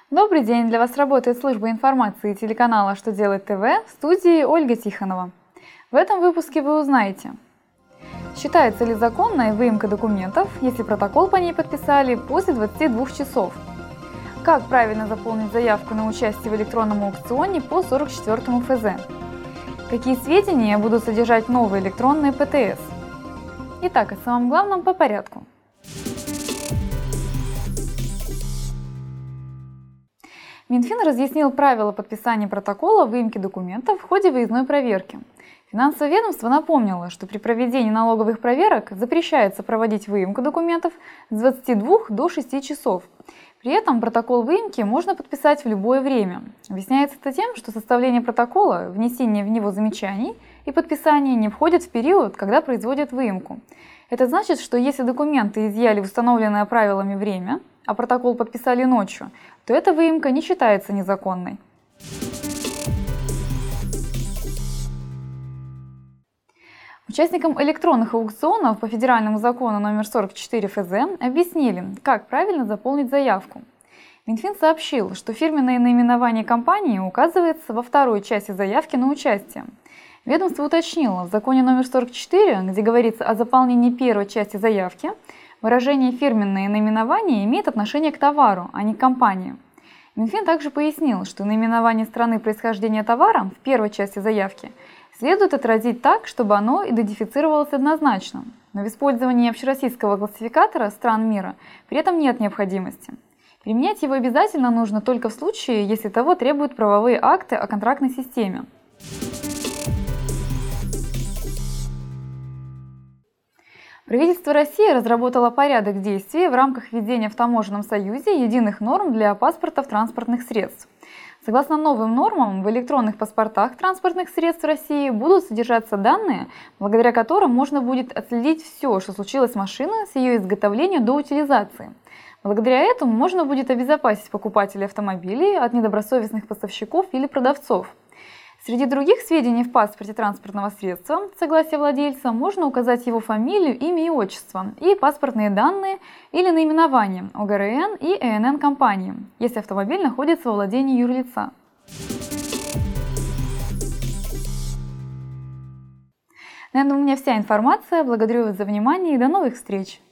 Добрый день! Для вас работает служба информации телеканала «Что делать ТВ», в студии Ольга Тихонова. В этом выпуске вы узнаете: считается ли законной выемка документов, если протокол по ней подписали после 22 часов? Как правильно заполнить заявку на участие в электронном аукционе по 44 ФЗ? Какие сведения будут содержать новые электронные ПТС? Итак, о самом главном по порядку. Минфин разъяснил правила подписания протокола выемки документов в ходе выездной проверки. Финансовое ведомство напомнило, что при проведении налоговых проверок запрещается проводить выемку документов с 22 до 6 часов. При этом протокол выемки можно подписать в любое время. Объясняется это тем, что составление протокола, внесение в него замечаний и подписание не входят в период, когда производят выемку. Это значит, что если документы изъяли в установленное правилами время, а протокол подписали ночью, то эта выемка не считается незаконной. Участникам электронных аукционов по федеральному закону номер 44 ФЗ объяснили, как правильно заполнить заявку. Минфин сообщил, что фирменное наименование компании указывается во второй части заявки на участие. Ведомство уточнило, в законе номер 44, где говорится о заполнении первой части заявки, выражение «фирменное наименование» имеет отношение к товару, а не к компании. Минфин также пояснил, что наименование страны происхождения товара в первой части заявки следует отразить так, чтобы оно идентифицировалось однозначно, но в использовании общероссийского классификатора стран мира при этом нет необходимости. Применять его обязательно нужно только в случае, если того требуют правовые акты о контрактной системе. Правительство России разработало порядок действий в рамках введения в Таможенном союзе единых норм для паспортов транспортных средств. Согласно новым нормам, в электронных паспортах транспортных средств России будут содержаться данные, благодаря которым можно будет отследить все, что случилось с машиной с ее изготовления до утилизации. Благодаря этому можно будет обезопасить покупателей автомобилей от недобросовестных поставщиков или продавцов. Среди других сведений в паспорте транспортного средства, с согласия владельца, можно указать его фамилию, имя и отчество, и паспортные данные или наименование ОГРН и ЭНН компании, если автомобиль находится во владении юрлица. На этом у меня вся информация. Благодарю вас за внимание и до новых встреч!